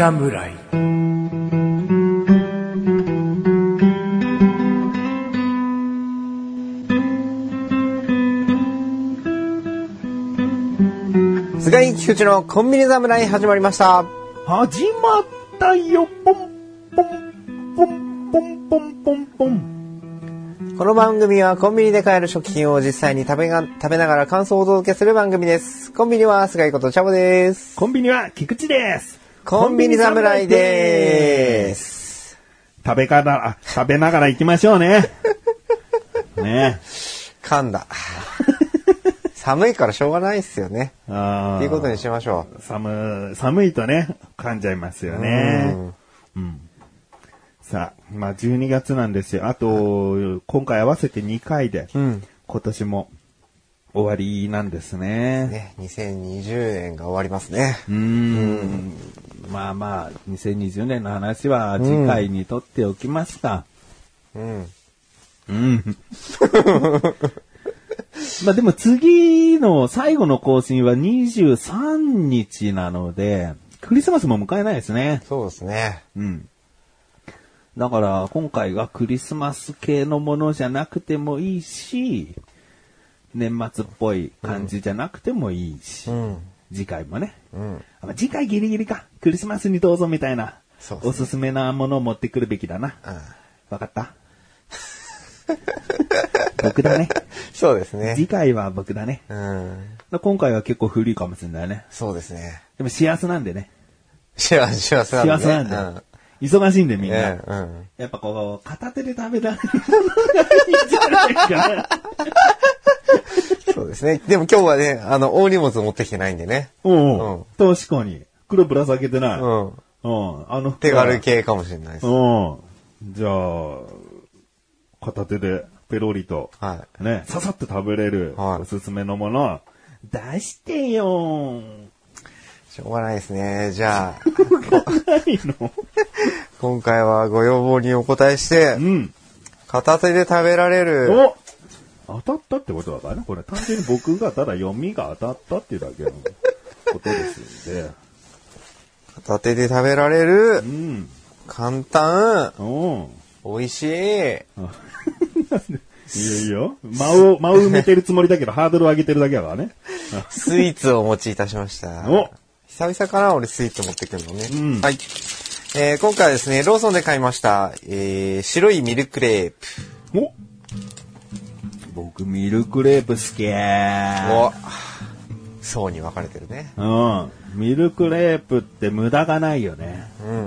侍。 菅井菊池のコンビニ侍始まりました。 始まったよ。ポンポンポンポンポンポンポン。 この番組はコンビニで買える食品を実際に食べながら感想をお届けする番組です。コンビニは菅井ことチャボです。 コンビニは菊池です。 コンビニ侍です。 食べながら行きましょうね。ね。 噛んだ。寒いからしょうがないっすよね。っていうことにしましょう。 寒いとね、噛んじゃいますよね。うん。さあ、まあ12月なんですよ。あと、今回合わせて2回で、今年も終わりなんですね。 ね、2020年が終わりますね。 まあまあ、2020年の話は次回にとっておきますか。まあでも次の最後の更新は23日なので、クリスマスも迎えないですね。 そうですね。 だから今回はクリスマス系のものじゃなくてもいいし、年末っぽい感じじゃなくてもいいし、次回もね、次回ギリギリか、クリスマスにどうぞみたいな、おすすめなものを持ってくるべきだな。わかった僕だね。 そうですね。 次回は僕だね。今回は結構フリーかもしれないね。 そうですね。 でも幸せなんでね。 幸せなんで、ね。 幸せなんで。忙しいんでみんな。やっぱこう、片手で食べられるのがいいんじゃないかな。 そうですね。でも今日はね、大荷物持ってきてないんでね。 確かに。黒ぶら下げてない。 手軽系かもしれないです。 じゃあ、片手でペロリと、ね、ささっと食べれるおすすめのもの、出してよ。 しょうがないですね。じゃあ、 ないの今回はご要望にお答えして、片手で食べられる。 当たったってことだからね。これ単純に僕がただ読みが当たったっていうだけのことですんで。 片手で食べられる。簡単。美味しい。 いよ。間を埋めてるつもりだけど、ハードルを上げてるだけだからね。 スイーツをお持ちいたしました。久々かな、俺スイーツ持ってくるのね。はい。今回はですね、ローソンで買いました、白いミルクレープ。 僕、ミルクレープ好き。 層に分かれてるね。 ミルクレープって無駄がないよね。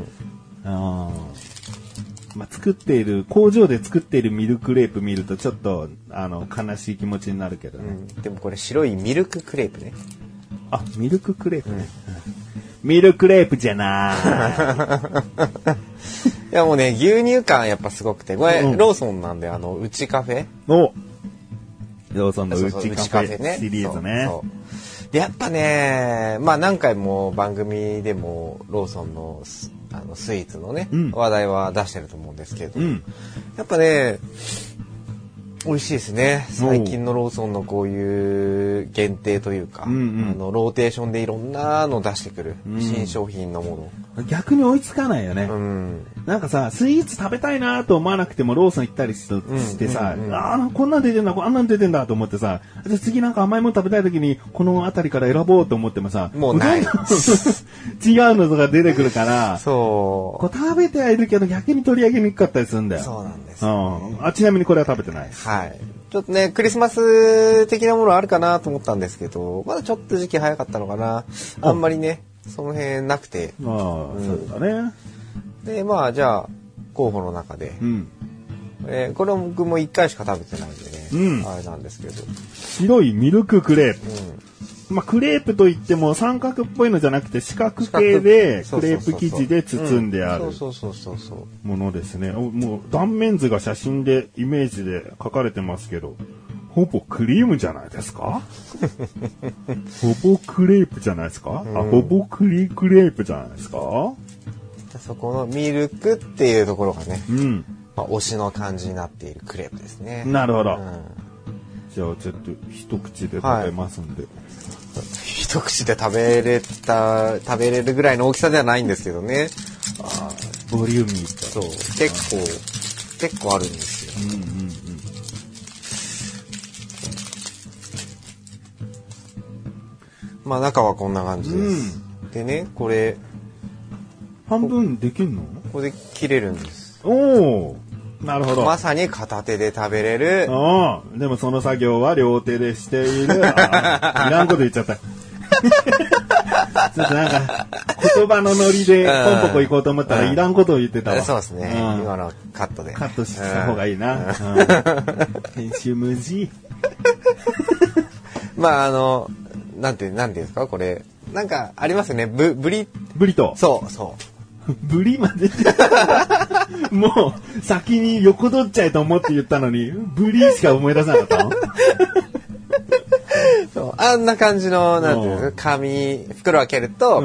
まあ、工場で作っているミルクレープ見るとちょっと、悲しい気持ちになるけどね。 でもこれ白いミルククレープね。 ミルククレープね。ミルクレープじゃないやもうね、牛乳感やっぱすごくて、これ、ローソンなんで、うちカフェローソンのうちカフェシリーズね。 で、やっぱね、まあ何回も番組でもローソンのスイーツのね、話題は出してると思うんですけど、やっぱね、美味しいですね。最近のローソンのこういう限定というか、ローテーションでいろんなの出してくる、新商品のもの。逆に追いつかないよね。なんかさ、スイーツ食べたいなと思わなくてもローソン行ったりしてさ、こんなん出てんだ、あんなん出てんだと思ってさ、じゃあ次なんか甘いもの食べたい時にこの辺りから選ぼうと思ってもさ、 もうない。 違うのとか出てくるから、こう食べてはいるけど逆に取り上げにくかったりするんだよ。 そうなんです、 ちなみにこれは食べてないです。 ちょっとね、クリスマス的なものあるかなと思ったんですけど、まだちょっと時期早かったのかな。あんまりね、その辺なくて。 そうだね。 で、まあ、じゃあ、候補の中で。これ僕も1回しか食べてないんでね。あれなんですけど。 白いミルククレープ。まあ、クレープといっても三角っぽいのじゃなくて四角形でクレープ生地で包んであるものですね。もう断面図が写真でイメージで書かれてますけど、ほぼクリームじゃないですかほぼクレープじゃないですか、ほぼクレープじゃないですか。 そこのミルクっていうところがね、まあ、推しの感じになっているクレープですね。 なるほど。じゃあちょっと一口で食べますんで。 一口で食べれるぐらいの大きさではないんですけどね。 ボリューミーそう、結構あるんですよ。まあ中はこんな感じです。でね、これ半分できんの？ これで切れるんです。 おお、なるほど。 まさに片手で食べれる。 でもその作業は両手でしている。いらんこと言っちゃった。ちょっとなんか言葉のノリでポンポコ行こうと思ったらいらんことを言ってたわ。 そうですね。今のカットで。 カットした方がいいな。編集無事。 まあなんていうんですかこれ。なんかありますよね。ブリト。 そう。 ブリまでもう先に横取っちゃえと思って言ったのにブリしか思い出さなかったの。 そうあんな感じのなんていうんですか袋開けると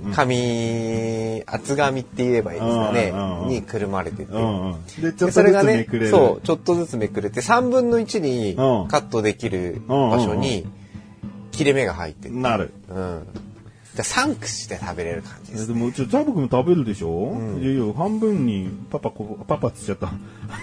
厚紙って言えばいいですかねにくるまれててでそれがねそうちょっとずつめくれて3分の1にカットできる場所に切れ目が入ってる。 なる。 3口で食べれる感じです、ね。 でもザボ君食べるでしょ？いやいや半分にパパっつっちゃった。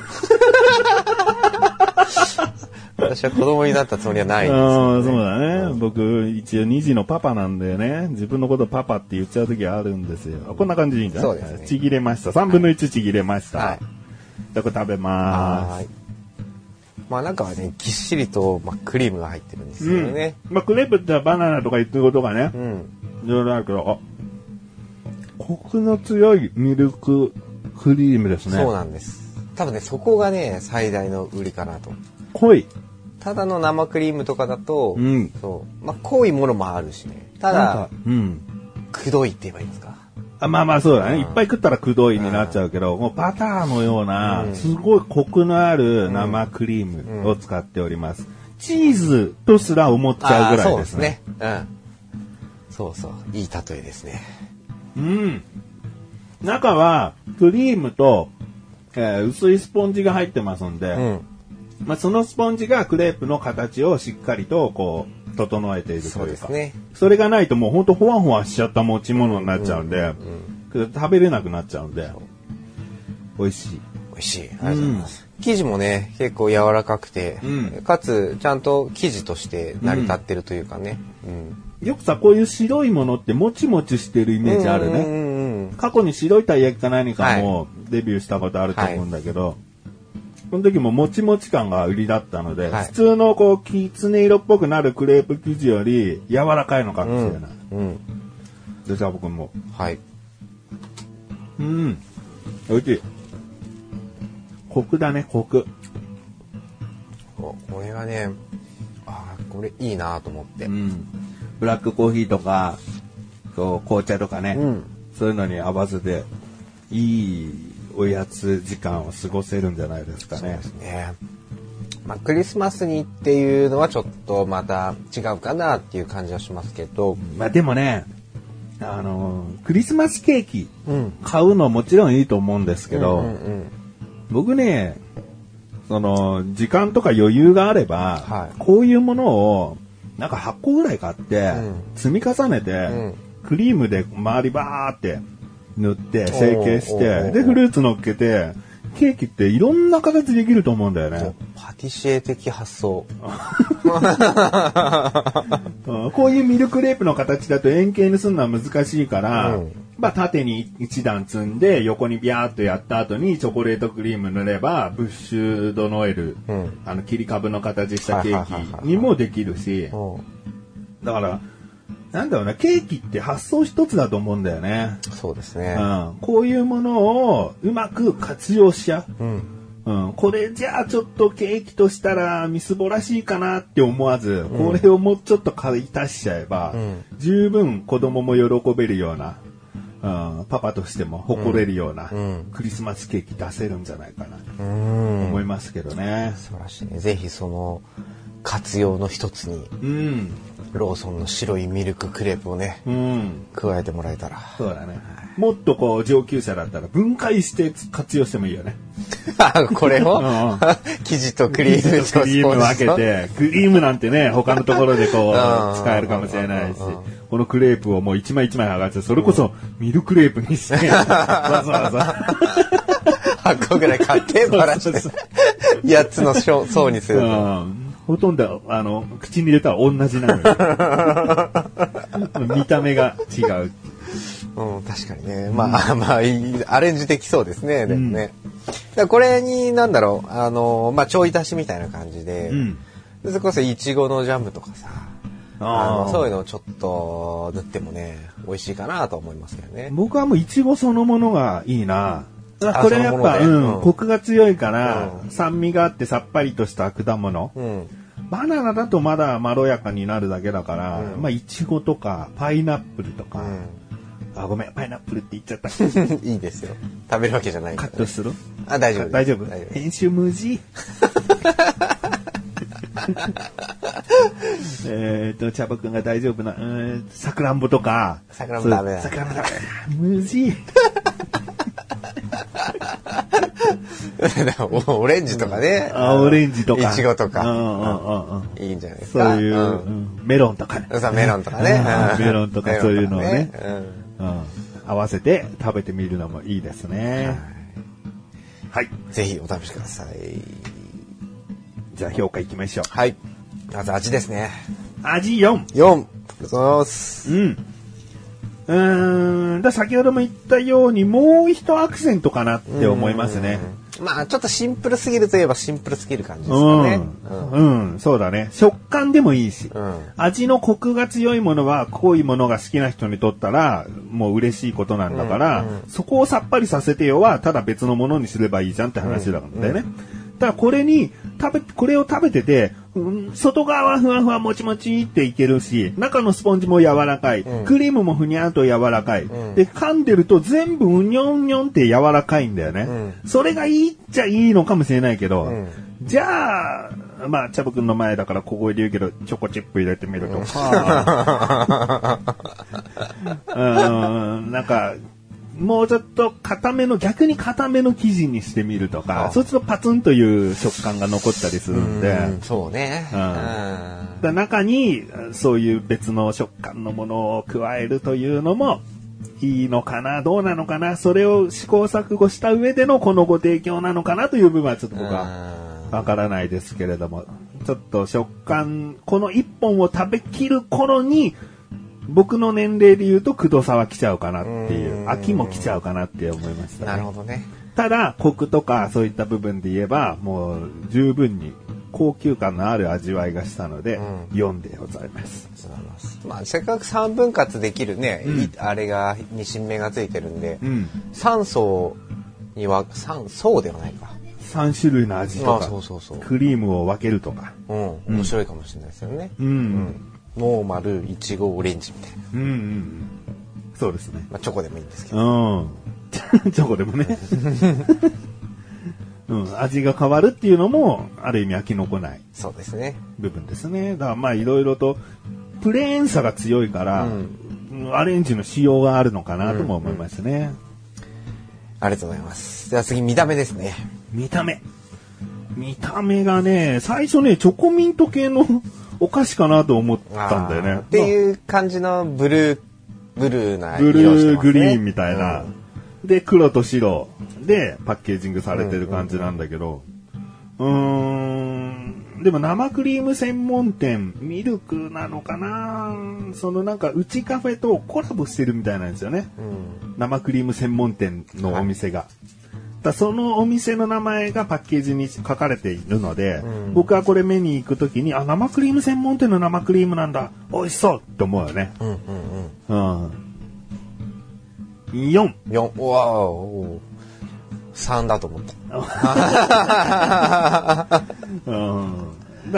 私は子供になったつもりはないんですよ、ね。 そうだね。僕一応2児のパパなんでね。自分のことパパって言っちゃう時あるんですよ。こんな感じでいいんじゃない？そうですね。ちぎれました。3分の1ちぎれました。はい。じゃあこれ食べまーす。 まあ中はねぎっしりと、クリームが入ってるんですよね。 クレープってバナナとか言ってることがね。いろいろあるけど、コクの強いミルククリームですね。 そうなんです。多分ねそこがね最大の売りかなと。 濃い。 ただの生クリームとかだと、濃いものもあるしね。ただ、くどいって言えばいいんですか。 まあそうだね。いっぱい食ったらくどいになっちゃうけど、もうバターのような、すごいコクのある生クリームを使っております。チーズとすら思っちゃうぐらいですね。 そういい例えですね。 中はクリームと、薄いスポンジが入ってますんで、そのスポンジがクレープの形をしっかりとこう整えているというか、そうですね。それがないともうほんとほわほわしちゃった持ち物になっちゃうんで、食べれなくなっちゃうんで、美味しい。 美味しい。ありがとうございます。生地もね結構柔らかくて、かつちゃんと生地として成り立ってるというかね。 よくさこういう白いものってもちもちしてるイメージあるね。過去に白いたい焼きか何かもデビューしたことあると思うんだけど、この時ももちもち感が売りだったので、普通のこうきつね色っぽくなるクレープ生地より柔らかいのかもしれない。でじゃあ僕も。はい。美味しい。コクだねコク。 これがねこれいいなと思って。 ブラックコーヒーとか紅茶とかね、そういうのに合わせていいおやつ時間を過ごせるんじゃないですかね。そうですね。 クリスマスにっていうのはちょっとまた違うかなっていう感じはしますけど、 でもねクリスマスケーキ買うのもちろんいいと思うんですけど、僕ね時間とか余裕があれば、こういうものをなんか8個ぐらい買って、積み重ねて、クリームで周りバーって塗って成形して、でフルーツ乗っけて、ケーキっていろんな形できると思うんだよね。 パティシエ的発想。 こういうミルクレープの形だと円形にするのは難しいから、縦に1段積んで横にビャーっとやった後にチョコレートクリーム塗ればブッシュドノエル、切り株の形したケーキにもできるし、だからなんだろうな、ケーキって発想一つだと思うんだよね。 そうですね。 こういうものをうまく活用しちゃう。これじゃあちょっとケーキとしたらみすぼらしいかなって思わず、これをもうちょっと買い足しちゃえば、十分子供も喜べるような、パパとしても誇れるような、クリスマスケーキ出せるんじゃないかなと思いますけどね。 素晴らしいね。ぜひ活用の一つに、ローソンの白いミルククレープをね、加えてもらえたら。 そうだね。もっとこう上級者だったら分解して活用してもいいよね。 これを生地とクリームとクリーム分けて、クリームなんてね、他のところでこう使えるかもしれないし、このクレープをもう一枚一枚剥がして、それこそミルクレープにして、わざわざ 8個ぐらい買ってばらして、8つの層にする。 ほとんど、口に入れたら同じなのよ。見た目が違う。 確かにね。まあ、アレンジできそうですね、でもね。だこれに、なんだろう、ちょい足しみたいな感じで、それこそイチゴのジャムとかさ、そういうのをちょっと塗ってもね、美味しいかなと思いますけどね。 僕はもうイチゴそのものがいいな。これやっぱ、コクが強いから、酸味があってさっぱりとした果物。バナナだとまだまろやかになるだけだから、イチゴとかパイナップルとか、ごめん、パイナップルって言っちゃった。 いいですよ。食べるわけじゃないから、 カットする？ 大丈夫。 大丈夫。編集無事。茶葉くんが大丈夫な、さくらんぼとか。 さくらんぼダメだ。 さくらんぼダメだ。無事。 オレンジとかね。 オレンジとか。 イチゴとか。いいんじゃないですか。 そういう、メロンとかね。 メロンとかね。 メロンとかそういうのをね。合わせて食べてみるのもいいですね。はい。 ぜひお試しください。 じゃあ評価いきましょう。 はい。まず味ですね。 味4。 4。ありがとうございます。 先ほども言ったようにもう一アクセントかなって思いますね。 ちょっとシンプルすぎるといえばシンプルすぎる感じですかね。 そうだね。食感でもいいし、味のコクが強いものは濃いものが好きな人にとったらもう嬉しいことなんだから、そこをさっぱりさせてよはただ別のものにすればいいじゃんって話だからね。だからこれを食べてて、外側はふわふわもちもちっていけるし、中のスポンジも柔らかい、クリームもふにゃーっと柔らかい、で、噛んでると全部うにょんにょんって柔らかいんだよね。それがいいっちゃいいのかもしれないけど、じゃあ、チャボくんの前だから小声で言うけど、チョコチップ入れてみるとか、なんか、もうちょっと逆に固めの生地にしてみるとか、そうするとパツンという食感が残ったりするんで。 そうね。 中にそういう別の食感のものを加えるというのもいいのかな、どうなのかな、それを試行錯誤した上でのこのご提供なのかなという部分はちょっと僕はわからないですけれども、ちょっと食感、この一本を食べきる頃に、僕の年齢で言うとくどさは来ちゃうかなっていう、飽きも来ちゃうかなって思いましたね。 なるほどね。 ただ、コクとかそういった部分で言えば、もう十分に高級感のある味わいがしたので、4でございます。 せっかく3分割できるね、あれが、に新芽がついてるんで、3層には、3層ではないか。 3種類の味とか、クリームを分けるとか。 面白いかもしれないですよね。ノーマル、イチゴ、オレンジみたいな。 そうですね。 チョコでもいいんですけど。 チョコでもね。味が変わるっていうのも、ある意味飽きのこない。 そうですね。 部分ですね。だからいろいろと、プレーンさが強いから、アレンジの仕様があるのかなとも思いますね。 ありがとうございます。では次、見た目ですね。 見た目がね、最初ね、チョコミント系のお菓子かなと思ったんだよね。 っていう感じのブルーな色してますね。ブルーグリーンみたいな。で、黒と白でパッケージングされてる感じなんだけど。でも生クリーム専門店、ミルクなのかな、うちカフェとコラボしてるみたいなんですよね。生クリーム専門店のお店が。そのお店の名前がパッケージに書かれているので、僕はこれ目に行くときに、生クリーム専門店の生クリームなんだ、美味しそうって思うよね。4。 うわー、3だと思った。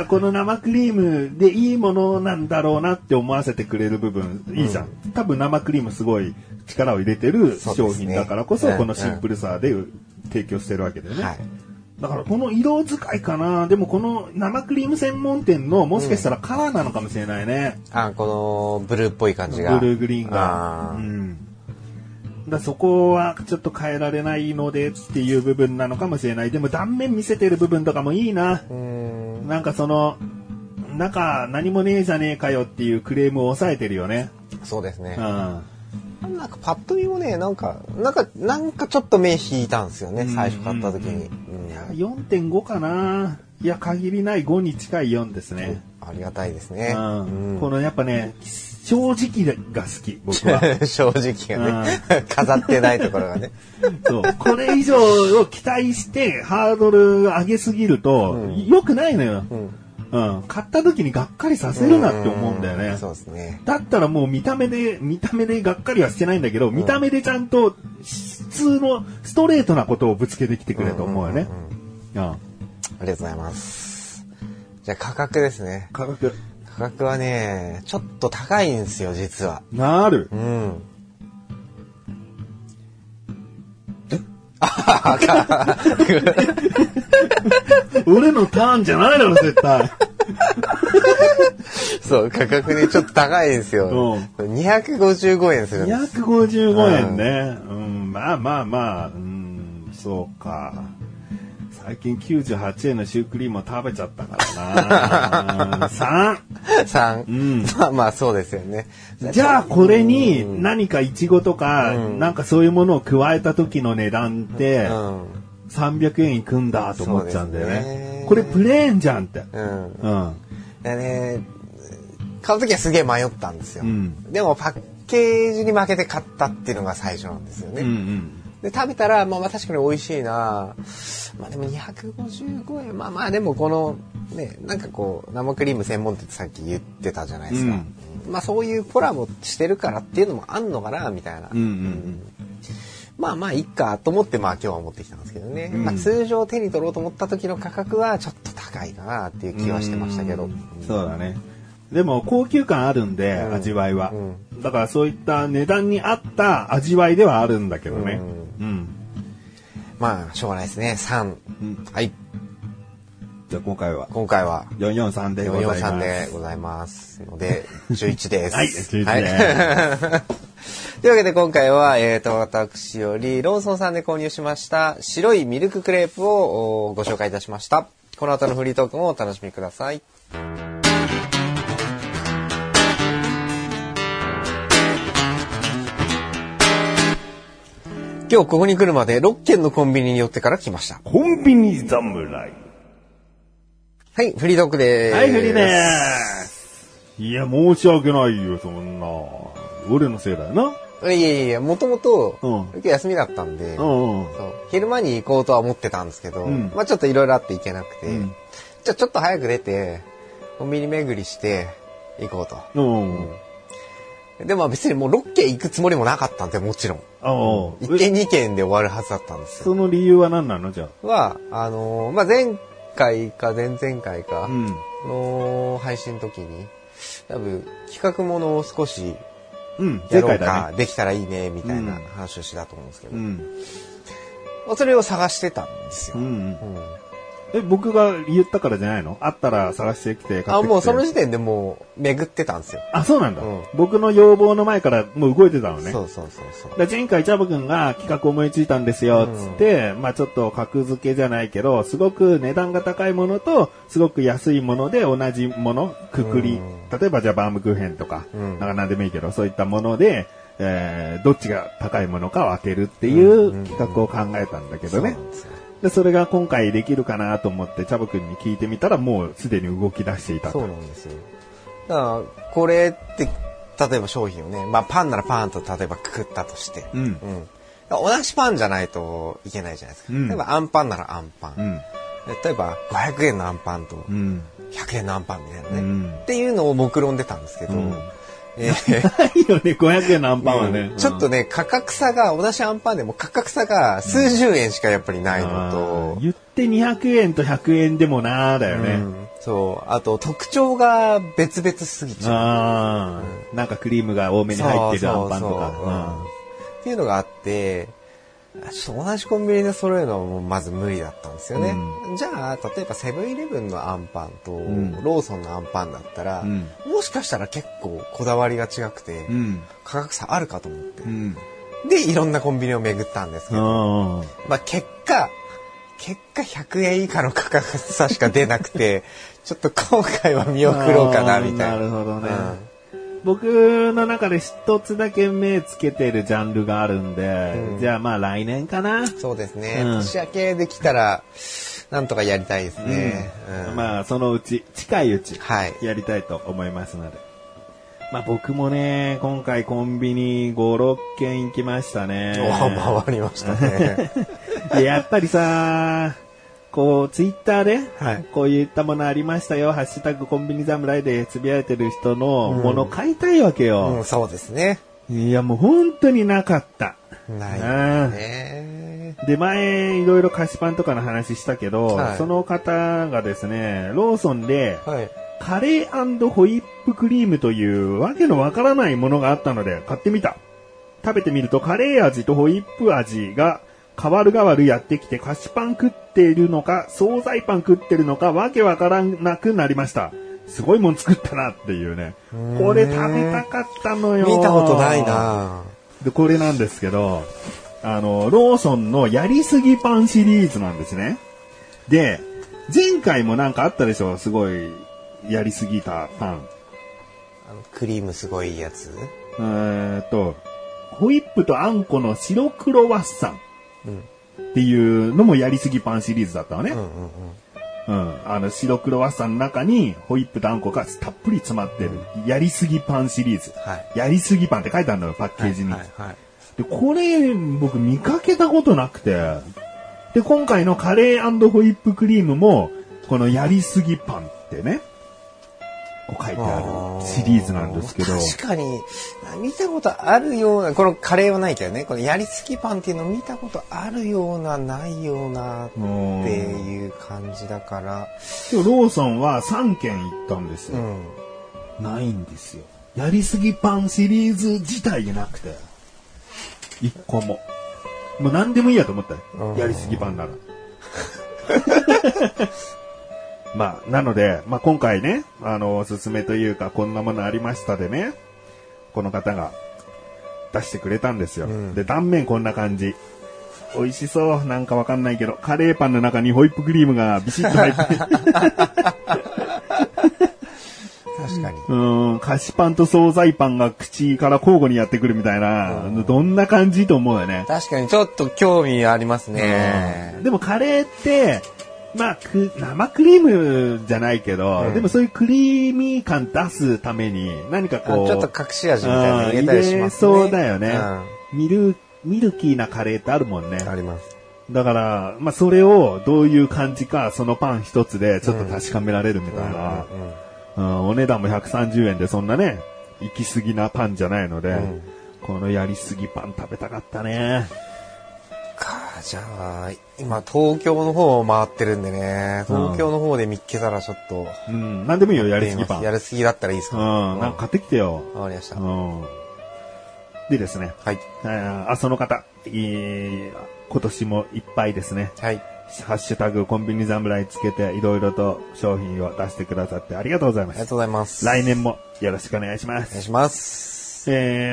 この生クリームでいいものなんだろうなって思わせてくれる部分いいじゃん。多分生クリームすごい力を入れてる商品だからこそ、このシンプルさで提供してるわけだよね。 だからこの色使いかな。でもこの生クリーム専門店のもしかしたらカラーなのかもしれないね。 このブルーっぽい感じが。 ブルーグリーンが。だそこはちょっと変えられないのでっていう部分なのかもしれない。でも断面見せてる部分とかもいいな。なんかその、中何もねえじゃねえかよっていうクレームを抑えてるよね。 そうですね。なんかパッと見もね、なんかちょっと目引いたんですよね、最初買った時に。 いや、4.5 かな。いや、限りない5に近い4ですね。 ありがたいですね。 このやっぱね、正直が好き、僕は。 正直がね。飾ってないところがね。 そう。これ以上を期待してハードル上げすぎると、良くないのよ。買った時にがっかりさせるなって思うんだよね。 そうですね。 だったらもう見た目でがっかりはしてないんだけど、見た目でちゃんと普通のストレートなことをぶつけてきてくれと思うよね。 ありがとうございます。じゃあ価格ですね。 価格はね、ちょっと高いんですよ、実は。 なる。俺のターンじゃないだろ、絶対。 そう、価格ね、ちょっと高いんですよ。255円するんです。 255円ね。まあ、そうか。最近98円のシュークリームを食べちゃったからな。 3。まあそうですよね。 じゃあこれに何かイチゴとか、なんかそういうものを加えた時の値段って、300円いくんだと思っちゃうんだよね。これプレーンじゃんって。 でね、買う時はすげえ迷ったんですよ。でもパッケージに負けて買ったっていうのが最初なんですよね。で食べたら、まあ確かに美味しいな。まあでも255円。まあでもこの、ね、なんかこう、生クリーム専門店ってさっき言ってたじゃないですか。まあそういうコラボしてるからっていうのもあんのかな、みたいな。まあいいかと思って、まあ今日は持ってきたんですけどね。まあ通常手に取ろうと思った時の価格はちょっと高いかなっていう気はしてましたけど。 そうだね。でも高級感あるんで、味わいは。だからそういった値段に合った味わいではあるんだけどね。 まあしょうがないですね。3。はい。 じゃあ今回は 443 でございます。 443でございますので11です。 はい、11です。 というわけで今回は私よりローソンさんで購入しました白いミルククレープをご紹介いたしました。この後のフリートークもお楽しみください。今日ここに来るまで6軒のコンビニに寄ってから来ました。 コンビニ侍。 はい、フリートークでーす。 はい、フリーでーす。いや、申し訳ないよ、そんな。俺のせいだよな。 いや、もともと、今日休みだったんで、昼間に行こうとは思ってたんですけど、まあちょっといろいろあって行けなくて、じゃあちょっと早く出て、コンビニ巡りして行こうと。でも別にもう6軒行くつもりもなかったんで、もちろん。1軒2軒で終わるはずだったんですよ。 その理由は何なのじゃあ。 まあ前回か前々回かの配信の時に、多分企画ものを少しやろうか、できたらいいねみたいな話をしたと思うんですけど、それを探してたんですよ。 僕が言ったからじゃないの？あったら探してきて買ってきて。 もうその時点でもう巡ってたんですよ。 あ、そうなんだ。僕の要望の前からもう動いてたのね。 そう。 前回チャボくんが企画思いついたんですよ、つって、まあちょっと格付けじゃないけど、すごく値段が高いものと、すごく安いもので同じもの、くくり。例えばじゃあバームクーヘンとか、なんか何でもいいけど、そういったもので、どっちが高いものかを分けるっていう企画を考えたんだけどね。で、それが今回できるかなと思って、チャボくんに聞いてみたら、もうすでに動き出していたと。 そうなんですよ。だから、これって、例えば商品をね、まあパンならパンと例えばくくったとして、同じパンじゃないといけないじゃないですか。例えばアンパンならアンパン。例えば500円のアンパンと100円のアンパンみたいなね。っていうのを目論んでたんですけど、 ないよね、500円のアンパンはね。 ちょっとね、価格差が、同じアンパンでも価格差が数十円しかやっぱりないのと。 言って200円と100円でもなーだよね。 そう。あと、特徴が別々すぎちゃう。なんかクリームが多めに入ってるアンパンとか。 っていうのがあって、 ちょっと同じコンビニで揃えるのはもうまず無理だったんですよね。じゃあ、例えばセブンイレブンのアンパンとローソンのアンパンだったら、もしかしたら結構こだわりが違くて、価格差あるかと思って。で、いろんなコンビニを巡ったんですけど、まあ結果100円以下の価格差しか出なくて、ちょっと今回は見送ろうかな、みたいな。 なるほどね。僕の中で一つだけ目つけてるジャンルがあるんで、じゃあまあ来年かな。 そうですね。年明けできたら、なんとかやりたいですね。 まあそのうち、近いうち、やりたいと思いますので。まあ僕もね、今回コンビニ5、6軒行きましたね。 回りましたね。 やっぱりさ、こう、ツイッターで、こういったものありましたよ、ハッシュタグコンビニ侍でつぶやいてる人のもの買いたいわけよ。 そうですね。 いや、もう本当になかった。 ないね。 で、前、いろいろ菓子パンとかの話したけど、その方がですね、ローソンで、カレー&ホイップクリームというわけのわからないものがあったので買ってみた。食べてみるとカレー味とホイップ味が変わる変わるやってきて、菓子パン食っているのか惣菜パン食ってるのかわけわからなくなりました。すごいもん作ったなっていうね。これ食べたかったのよ。 見たことないな。 で、これなんですけど、ローソンのやりすぎパンシリーズなんですね。で、前回もなんかあったでしょ、すごいやりすぎたパン。 クリームすごいやつ。 ホイップとあんこの白黒ワッサンっていうのもやりすぎパンシリーズだったのね。白黒ワッサンの中にホイップとあんこがたっぷり詰まってる、やりすぎパンシリーズ。やりすぎパンって書いてあるのよ、パッケージに。で、これ僕見かけたことなくて。で、今回のカレー&ホイップクリームも、このやりすぎパンってね、こう書いてあるシリーズなんですけど。 確かに、見たことあるような、このカレーはないけどね、このやりすぎパンっていうのを見たことあるような、ないようなっていう感じだから。 ローソンは3軒行ったんですよ。ないんですよ。やりすぎパンシリーズ自体がなくて。1個も。もう何でもいいやと思ったよ。やりすぎパンなら。まあ、なので、まあ今回ね、おすすめというか、こんなものありましたでね、この方が出してくれたんですよ。で、断面こんな感じ。美味しそう。なんかわかんないけど、カレーパンの中にホイップクリームがビシッと入って。 確かに。 菓子パンと惣菜パンが口から交互にやってくるみたいな、どんな感じと思うよね。 確かにちょっと興味ありますね。 でもカレーって、まあ、生クリームじゃないけど、でもそういうクリーミー感出すために、何かこう。 ちょっと隠し味みたいなの入れたりしますね。 そうだよね。ミルキーなカレーってあるもんね。 あります。 だから、まあそれをどういう感じか、そのパン一つでちょっと確かめられるみたいな。お値段も130円でそんなね、行き過ぎなパンじゃないので、このやりすぎパン食べたかったね。 じゃあ、今東京の方を回ってるんでね、東京の方で見っけたらちょっと。 なんでもいいよ、やりすぎパン。 やりすぎだったらいいですか？ なんか買ってきてよ。 わかりました。 でですね。その方、今年もいっぱいですね。ハッシュタグコンビニ侍つけていろいろと商品を出してくださってありがとうございます。 ありがとうございます。 来年もよろしくお願いします。 お願いします。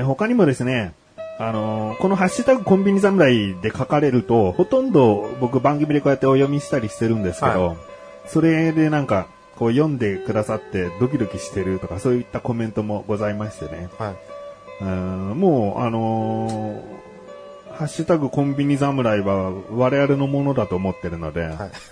他にもですね、このハッシュタグコンビニ侍で書かれると、ほとんど僕番組でこうやってお読みしたりしてるんですけど、それでなんか、こう読んでくださってドキドキしてるとかそういったコメントもございましてね。もう、ハッシュタグコンビニ侍は我々のものだと思ってるので、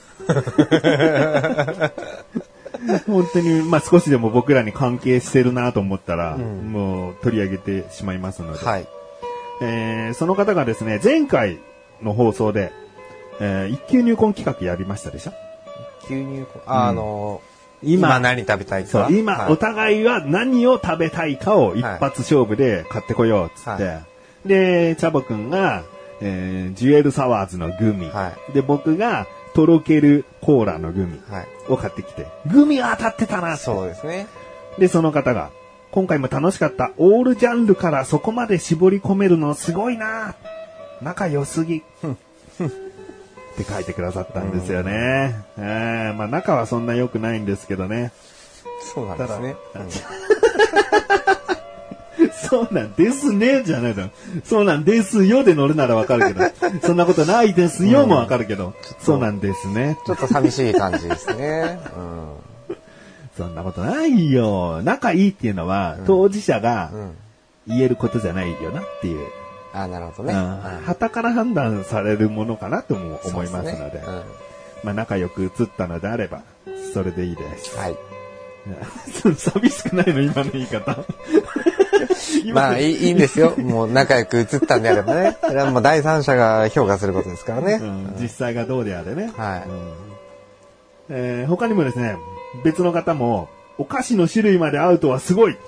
本当に、まあ少しでも僕らに関係してるなと思ったら、もう取り上げてしまいますので、その方がですね、前回の放送で、一級入魂企画やりましたでしょ？ 一級入魂、今何食べたいか。 そう、今、お互いは何を食べたいかを一発勝負で買ってこようっつって、で、チャボくんが、ジュエルサワーズのグミ、で、僕がとろけるコーラのグミを買ってきて、グミは当たってたなって。 そうですね。 で、その方が、今回も楽しかった。オールジャンルからそこまで絞り込めるのすごいな。 仲良すぎ。って書いてくださったんですよね。まあ仲はそんな良くないんですけどね。 そうなんですね。 そうなんですね、じゃないだ。そうなんですよで乗るならわかるけど、そんなことないですよもわかるけど、そうなんですね。 ちょっと寂しい感じですね。 そんなことないよ。仲いいっていうのは、当事者が言えることじゃないよなっていう。 なるほどね。 旗から判断されるものかなとも思いますので、まあ仲良く映ったのであれば、それでいいです。 はい。 寂しくないの今の言い方。 まあいいんですよ。もう仲良く映ったんであればね。それはもう第三者が評価することですからね。 実際がどうであれね。 はい。 他にもですね、別の方も、お菓子の種類まで合うとはすごいって、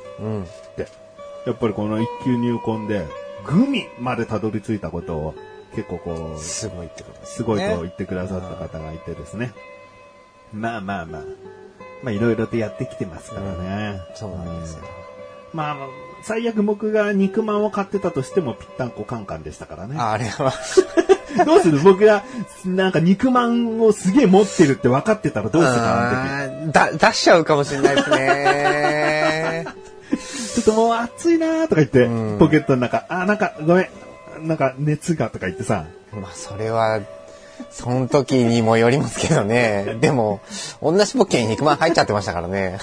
やっぱりこの一級入魂で、グミまでたどり着いたことを結構こう、 すごいってことですね。 すごいと言ってくださった方がいてですね。まあいろいろとやってきてますからね。 そうなんですよ。 まあ、最悪僕が肉まんを買ってたとしてもぴったんこカンカンでしたからね。 あれは。 どうする僕がなんか肉まんをすげえ持ってるって分かってたらどうするか出しちゃうかもしれないですね。 ちょっともう暑いなーとか言って、ポケットの中、なんかごめん、なんか熱がとか言ってさ。 まあそれは、その時にもよりますけどね。でも、同じポッケに肉まん入っちゃってましたからね。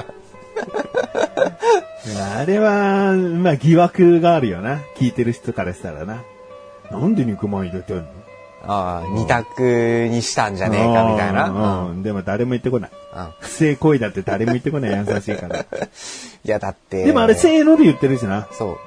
あれは、まあ疑惑があるよな。聞いてる人からしたらな。なんで肉まん入れてんの？ 二択にしたんじゃねえかみたいな。 でも誰も言ってこない。不正行為だって誰も言ってこない。優しいから。 いやだって。 でもあれせーので言ってるしな。 そう。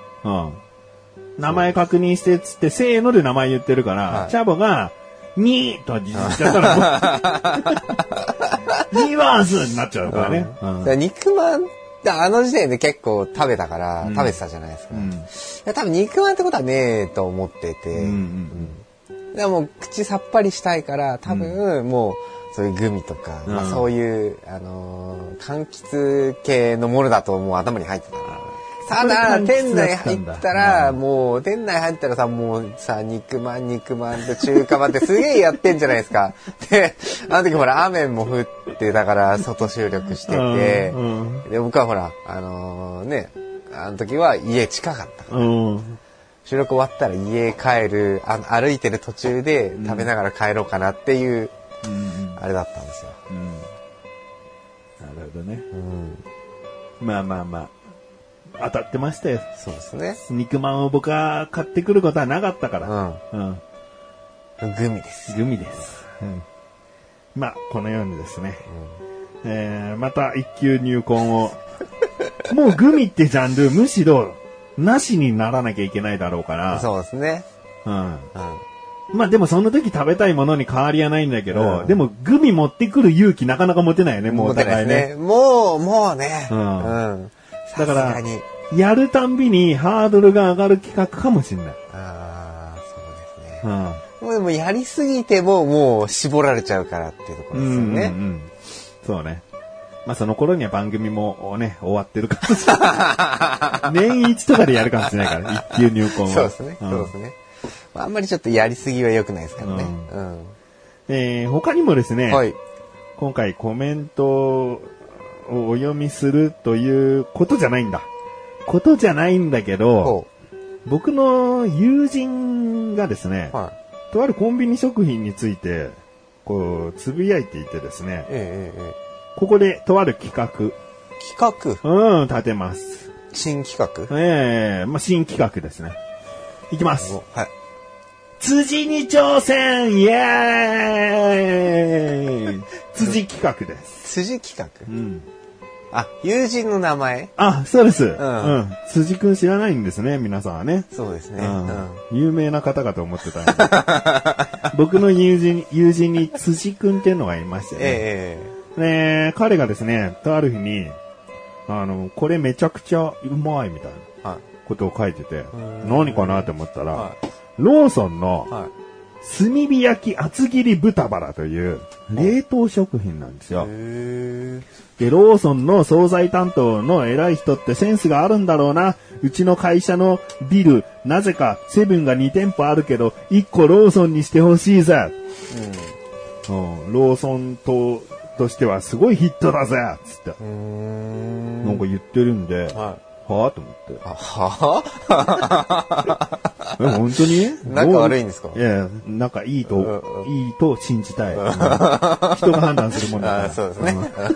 名前確認してっつってせーので名前言ってるから、チャボが、にーと実施しちゃったら、ニワースになっちゃうからね。 肉まん、あの時点で結構食べたから、食べてたじゃないですか。多分肉まんってことはねえと思ってて、でも口さっぱりしたいから多分もうそういうグミとか、まあ、そういう柑橘系のものだともう頭に入ってたから。ただ店内入ったらもう店内入ったらさもうさ肉まんと中華まんってすげえやってんじゃないですか。であの時ほら雨も降ってだから外収録してて、で僕はほらあの時は家近かったから。収録終わったら家帰る歩いてる途中で食べながら帰ろうかなっていう、あれだったんですよ。 なるほどね。まあ当たってましたよ。 そうですね。 肉まんを僕は買ってくることはなかったから。 グミです。 グミです。まあこのようにですね。また一級入魂をもうグミってジャンルむしろなしにならなきゃいけないだろうから。 そうですね。 まあでもその時食べたいものに変わりはないんだけど、でもグミ持ってくる勇気なかなか持てないよね、もうお互いね。 もうね。 だから、やるたんびにハードルが上がる企画かもしれない。 そうですね。でもやりすぎてももう絞られちゃうからっていうところですよね。 そうね。まあその頃には番組もね、終わってるかもしれない。年一とかでやるかもしれないから、一級入魂は。 そうですね。そうですね。あんまりちょっとやりすぎは良くないですからね。 他にもですね、今回コメントをお読みするということじゃないんだ。ことじゃないんだけど、僕の友人がですね、とあるコンビニ食品について、こう、つぶやいていてですね、ここでとある企画。立てます。 新企画まあ、新企画ですね。いきます。辻に挑戦イエーイ辻企画です。 辻企画友人の名前そうです。辻くん知らないんですね、皆さんはね。 そうですね。 有名な方かと思ってたんで。僕の友人に辻くんっていうのがいましてね。彼がですね、とある日に、これめちゃくちゃうまいみたいなことを書いてて、何かなって思ったら、ローソンの炭火焼き厚切り豚バラという冷凍食品なんですよ。で、ローソンの惣菜担当の偉い人ってセンスがあるんだろうな。うちの会社のビル、なぜかセブンが2店舗あるけど、1個ローソンにしてほしいぜ。ローソンとしてはすごいヒットだぜつって。なんか言ってるんで、はぁと思って。 はぁ本当に仲悪いんですか？ いや、仲いいと信じたい。人が判断するもんだから。 そうですね。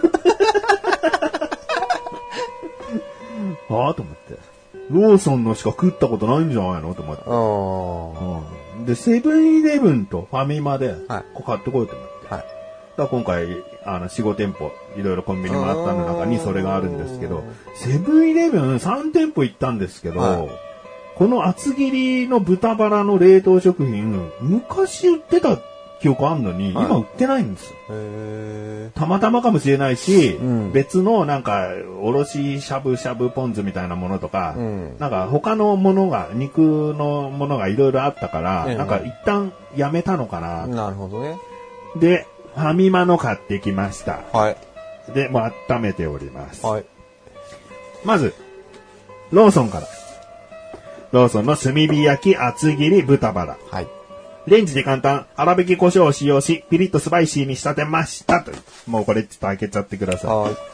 はぁと思って。ローソンのしか食ったことないんじゃないのと思って。で、セブンイレブンとファミマで、こう買ってこようと思って。だから今回、4、5店舗、いろいろコンビニ回ったの中にそれがあるんですけど、セブンイレブン3店舗行ったんですけど、この厚切りの豚バラの冷凍食品、昔売ってた記憶あんのに、今売ってないんですよ。たまたまかもしれないし、別のなんか、おろししゃぶしゃぶポン酢みたいなものとか、なんか他のものが、肉のものがいろいろあったから、なんか一旦やめたのかな。 なるほどね。 で、ファミマの買ってきました。で、もう温めております。まず、ローソンから。ローソンの炭火焼き厚切り豚バラ。レンジで簡単、粗挽き胡椒を使用し、ピリッとスパイシーに仕立てましたという。もうこれちょっと開けちゃってください。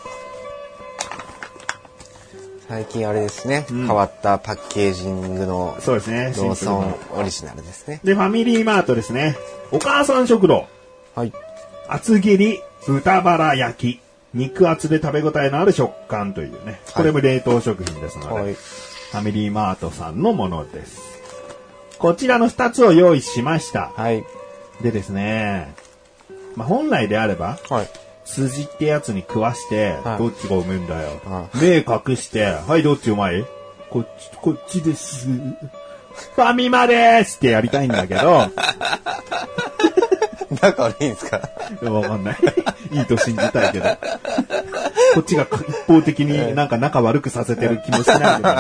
最近あれですね、変わったパッケージングのそうですね、 ローソンオリジナルですね。 で、ファミリーマートですね。お母さん食堂。厚切り豚バラ焼き。肉厚で食べ応えのある食感というね。これも冷凍食品ですので、ファミリーマートさんのものです。こちらの2つを用意しました。でですね、本来であれば、筋ってやつに食わして、どっちがうめえんだよ。目隠して、はい、どっちうまい？こっちです。ファミマですってやりたいんだけど、 仲悪いんですか？ わかんない。いいと信じたいけど。こっちが一方的になんか仲悪くさせてる気もしないけ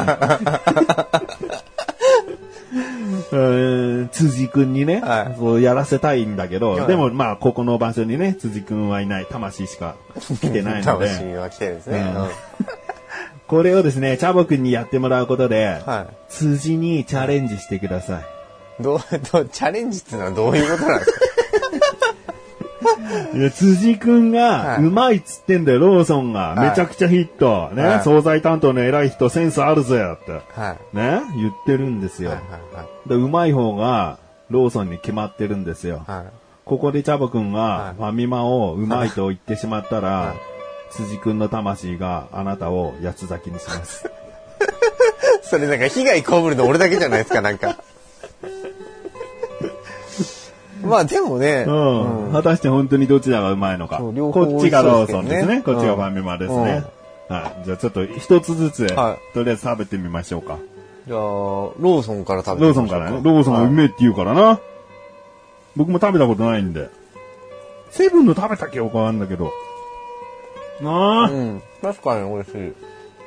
どね。辻くんにね、そうやらせたいんだけど、でもここの場所にね、辻くんはいない。魂しか来てないので。 魂は来てるんですね。 これをですね、チャボくんにやってもらうことで、辻にチャレンジしてください。 チャレンジってのはどういうことなんですか？ いや辻くんがうまいっつってんだよ、ローソンが。めちゃくちゃヒット。ね、惣菜担当の偉い人センスあるぜって。ね、言ってるんですよ。で、うまい方がローソンに決まってるんですよ。ここでチャボくんがファミマをうまいと言ってしまったら、辻くんの魂があなたを八つ咲きにします。 それなんか被害被るの俺だけじゃないですか、なんか。でもね、 果たして本当にどちらがうまいのか。こっちがローソンですね。こっちがファミマですね。じゃあちょっと一つずつ、とりあえず食べてみましょうか。 じゃあ、ローソンから食べてみましょうか。 ローソンからね。ローソンがうめえって言うからな。僕も食べたことないんで。セブンの食べた記憶はあるんだけど。 確かに美味しい。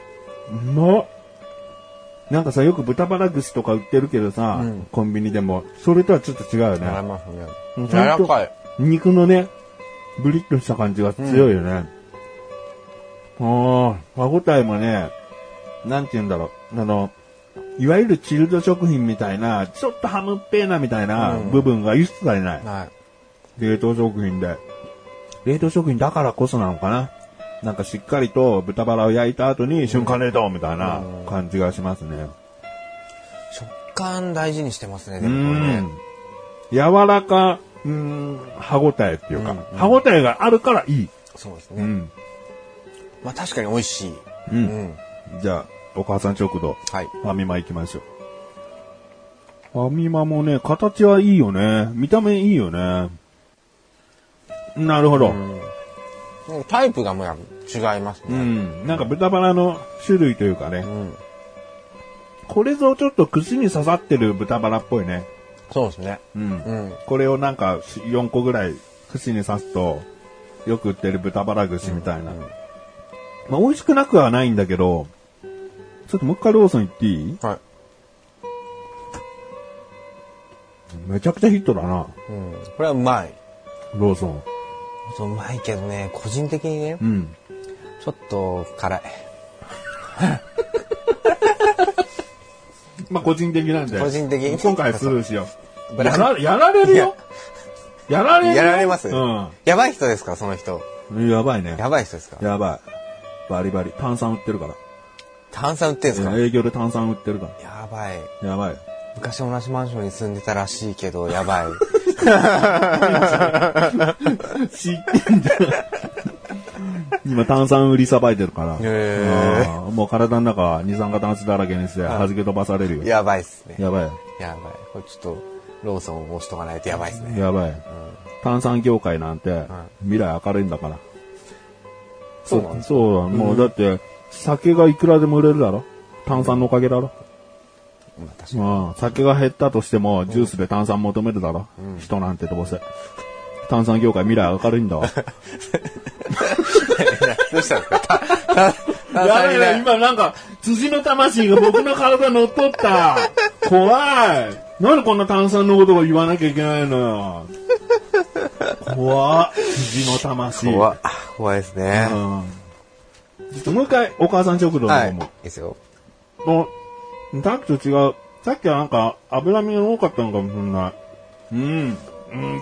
なんかさ、よく豚バラ串とか売ってるけどさ、コンビニでも、それとはちょっと違うよね。 ありますね。柔らかい。 肉のね、ブリッとした感じが強いよね。歯応えもね、なんて言うんだろう。いわゆるチルド食品みたいな、ちょっとハムっぺーなみたいな部分が一切ない。冷凍食品で。冷凍食品だからこそなのかな。なんかしっかりと豚バラを焼いた後に瞬間冷凍みたいな感じがしますね。 食感大事にしてますね、でもこれね。 柔らか、歯応えっていうか、歯応えがあるからいい。 そうですね。確かに美味しい。 じゃあ、お母さん食堂、ファミマ行きましょう。ファミマもね、形はいいよね。見た目いいよね。なるほど。 タイプがもう違いますね。 なんか豚バラの種類というかね。これぞちょっと串に刺さってる豚バラっぽいね。 そうですね。 これをなんか4個ぐらい串に刺すと、よく売ってる豚バラ串みたいな。美味しくなくはないんだけど、ちょっともう一回ローソン行っていい？ めちゃくちゃヒットだな。 これはうまい。 ローソン。 うまいけどね、個人的にね、ちょっと辛い。 まあ個人的なんで。 個人的に。 今回スルーしよう。やられるよ。やられます。やばい人ですか、その人。 やばいね。 やばい人ですか。 やばい。バリバリ。炭酸売ってるから。 炭酸売ってんすか。 営業で炭酸売ってるから。 やばい。 やばい。 昔同じマンションに住んでたらしいけど、やばい。 知ってんじゃん。今炭酸売りさばいてるから。もう体の中二酸化炭素だらけにして弾け飛ばされるよ。 やばいっすね。 やばい。 やばい。これちょっとローソンを押しとかないとやばいっすね。 やばい。炭酸業界なんて未来明るいんだから。 そうなんですか。 そうだ。もうだって酒がいくらでも売れるだろ。炭酸のおかげだろ。酒が減ったとしてもジュースで炭酸求めるだろ。人なんてどうせ。炭酸業界未来明るいんだわ。 どうしたんですか。 やばいな、今なんか辻の魂が僕の体乗っ取った。怖い。なんでこんな炭酸のことを言わなきゃいけないのよ。怖っ。辻の魂。 怖いですね。 ちょっともう一回お母さん食堂の方も。 いいですよ。 さっきと違う。さっきはなんか脂身が多かったのかもしれない。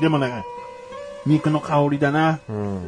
でもね、肉の香りだな。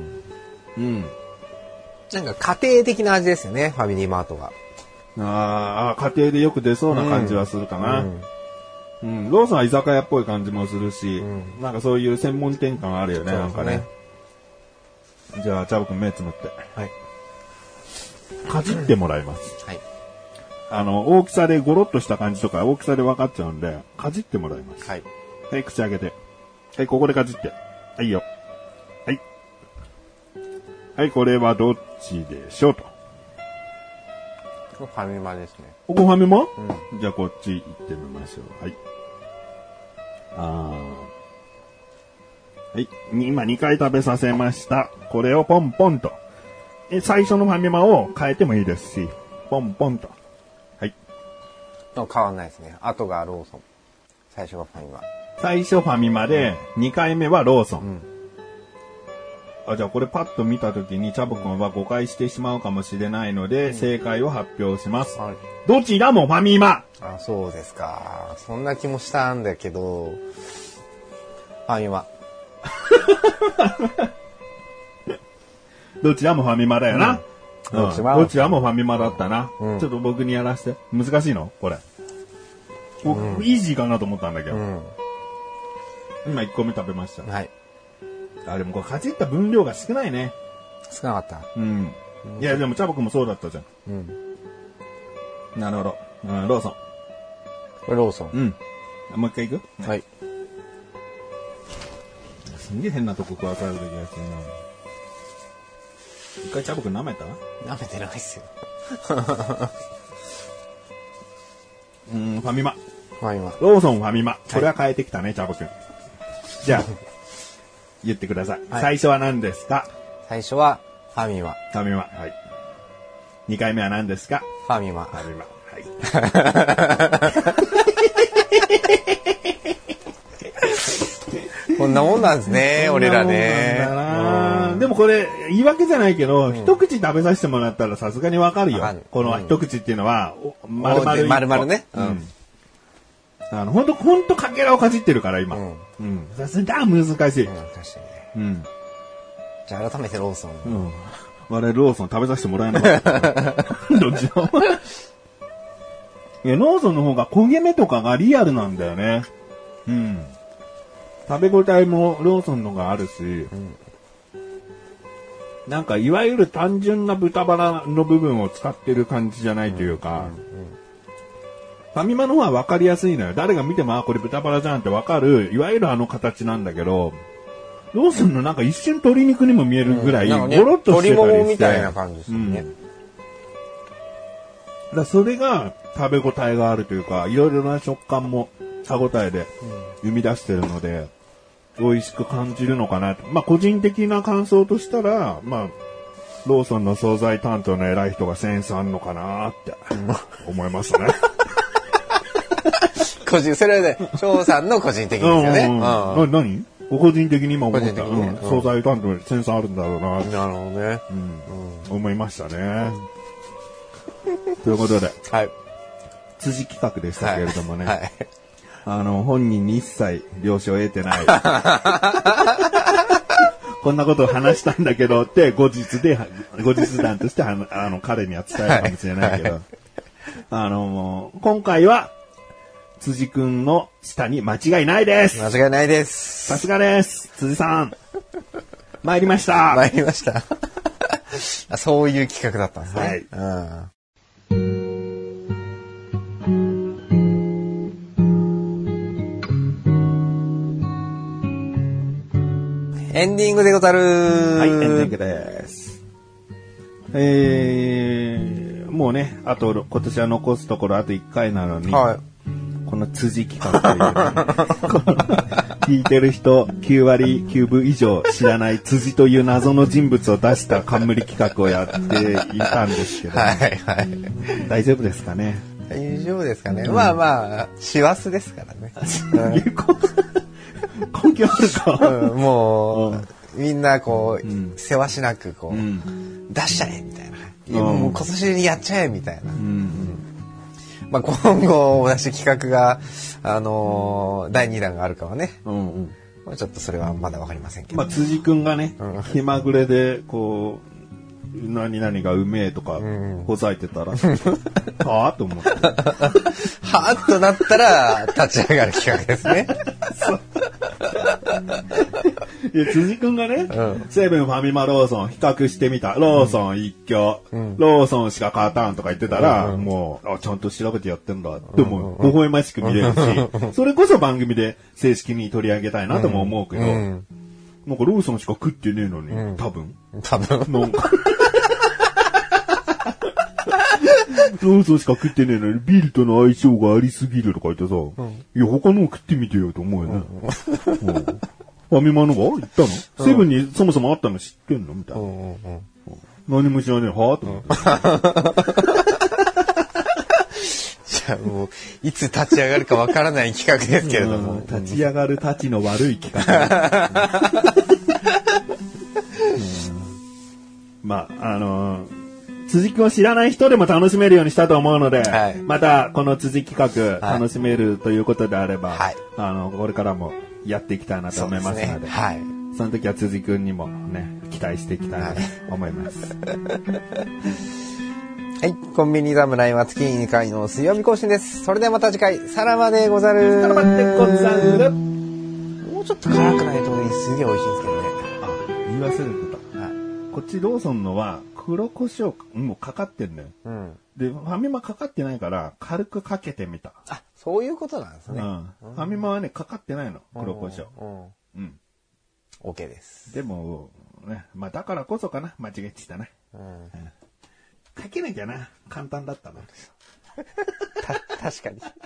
なんか家庭的な味ですよね、ファミリーマートが。 家庭でよく出そうな感じはするかな。ローソンは居酒屋っぽい感じもするし、なんかそういう専門店感あるよね、なんかね。じゃあ、チャボくん目つむって。 はい。 かじってもらいます。 はい。 大きさでゴロッとした感じとか大きさで分かっちゃうんで、かじってもらいます。 はい。 はい、口開けて。はい、ここでかじって。はいよ。はい。はい、これはどっちでしょうと。 ファミマですね。 ここファミマ？じゃあこっち行ってみましょう。はい。はい。今2回食べさせました。これをポンポンと。最初のファミマを変えてもいいですし、ポンポンと。はい。 変わんないですね。後がローソン。最初がファミマ。 最初ファミマで、2回目はローソン。じゃあこれパッと見たときにチャボくんは誤解してしまうかもしれないので、正解を発表します。どちらもファミマ。 そうですか。そんな気もしたんだけど、ファミマ。 どちらもファミマだよな。どちらもファミマだったな。ちょっと僕にやらせて。難しいのこれ。イージーかなと思ったんだけど。今1個目食べました。 はい。 でもこれかじった分量が少ないね。 少なかった。 いやでもチャボくんもそうだったじゃん。なるほど。ローソン。 これローソン。 もう一回行く？ はい。 すんげえ変なとこ食わされる気がするな。一回チャボくん舐めた？ 舐めてないっすよ。 ファミマ。 ファミマ。 ローソンファミマ。これは変えてきたね、チャボくん。じゃあ、言ってください。最初は何ですか？ 最初はファミマ。 ファミマ。はい。2回目は何ですか？ ファミマ。 ファミマ。はい。 こんなもんなんですね、俺らね。 でもこれ、言い訳じゃないけど、一口食べさせてもらったらさすがにわかるよ。この一口っていうのは、丸々 ね。 ほんとかけらをかじってるから、今。さすが難しい。 確かにね。じゃあ改めてローソン。 我々ローソン食べさせてもらえなかった。どっちも。ローソンの方が焦げ目とかがリアルなんだよね。食べ応えもローソンのがあるし、なんかいわゆる単純な豚バラの部分を使ってる感じじゃないというか、ファミマの方は分かりやすいのよ。誰が見てもこれ豚バラじゃんって分かる、いわゆるあの形なんだけど、ローソンのなんか一瞬鶏肉にも見えるぐらいゴロッとしてたりして、 鶏ももみたいな感じですよね。 だそれが食べ応えがあるというか、いろいろな食感も歯応えで生み出してるので、美味しく感じるのかなと。個人的な感想としたら、ローソンの惣菜担当の偉い人がセンスあんのかなって思いますね。 それはね、翔さんの個人的ですよね。 何個人的に今思った。惣菜担当にセンスあるんだろうな。 なるほどね。 思いましたね。ということで、 はい。 辻企画でしたけれどもね。はい。本人に一切了承を得てない。こんなことを話したんだけどって、後日談として彼には伝えるかもしれないけど。今回は、辻くんの下に間違いないです。 間違いないです。 さすがです。辻さん。参りました。 参りました。そういう企画だったんですね。 はい。 エンディングでござる。 はい、エンディングです。もうね、あと今年は残すところあと1回なのに、はい、この辻企画という、ね、聞いてる人9割9分以上知らない辻という謎の人物を出した冠企画をやっていたんですけど、 はいはい、 大丈夫ですかね。 大丈夫ですかね。まあまあ、師走ですからね。 根拠あるか、 もう、みんなこう、せわしなくこう、出しちゃえみたいな。もう今年にやっちゃえみたいな。まあ今後同じ企画が、第2弾があるかはね。まあ、ちょっとそれはまだわかりませんけど。 まあ辻くんがね、気まぐれでこう、何々がうめえとか、ほざいてたら、はぁと思って。 はぁとなったら、立ち上がる企画ですね。 いや、辻くんがね、セブン、ファミマ、ローソン比較してみた。ローソン一挙、ローソンしか勝たんとか言ってたら、もう、ちゃんと調べてやってんだって思う。微笑ましく見れるし、それこそ番組で正式に取り上げたいなとも思うけど、なんかローソンしか食ってねえのに、多分。なんかローソンしか食ってねえのにビールとの相性がありすぎるとか言ってさ、いや他のを食ってみてよと思うよね。ファミマのが行ったの、セブンにそもそもあったの知ってんのみたいな。何も知らねえはぁと思って。 じゃあもういつ立ち上がるかわからない企画ですけれども、 立ち上がるたちの悪い企画。まあ辻くんを知らない人でも楽しめるようにしたと思うので、はい、またこの辻企画楽しめるということであれば、はい、これからもやっていきたいなと思いますので、はい、その時は辻くんにもね期待していきたいなと思います。 はい、コンビニ侍は月2回の水曜日更新です。それではまた次回、さらばでござる。 さらばでござる。 もうちょっと辛くないとすげえ美味しいんですけどね。 言い忘れてた。はい、こっちローソンのは黒胡椒もうかかってんのよ。で、ファミマかかってないから軽くかけてみた。 あ、そういうことなんですね。 ファミマはねかかってないの、黒胡椒。 OK です。 でもね、まあだからこそかな、間違えてたね。かけなきゃな、簡単だったな。 確かに。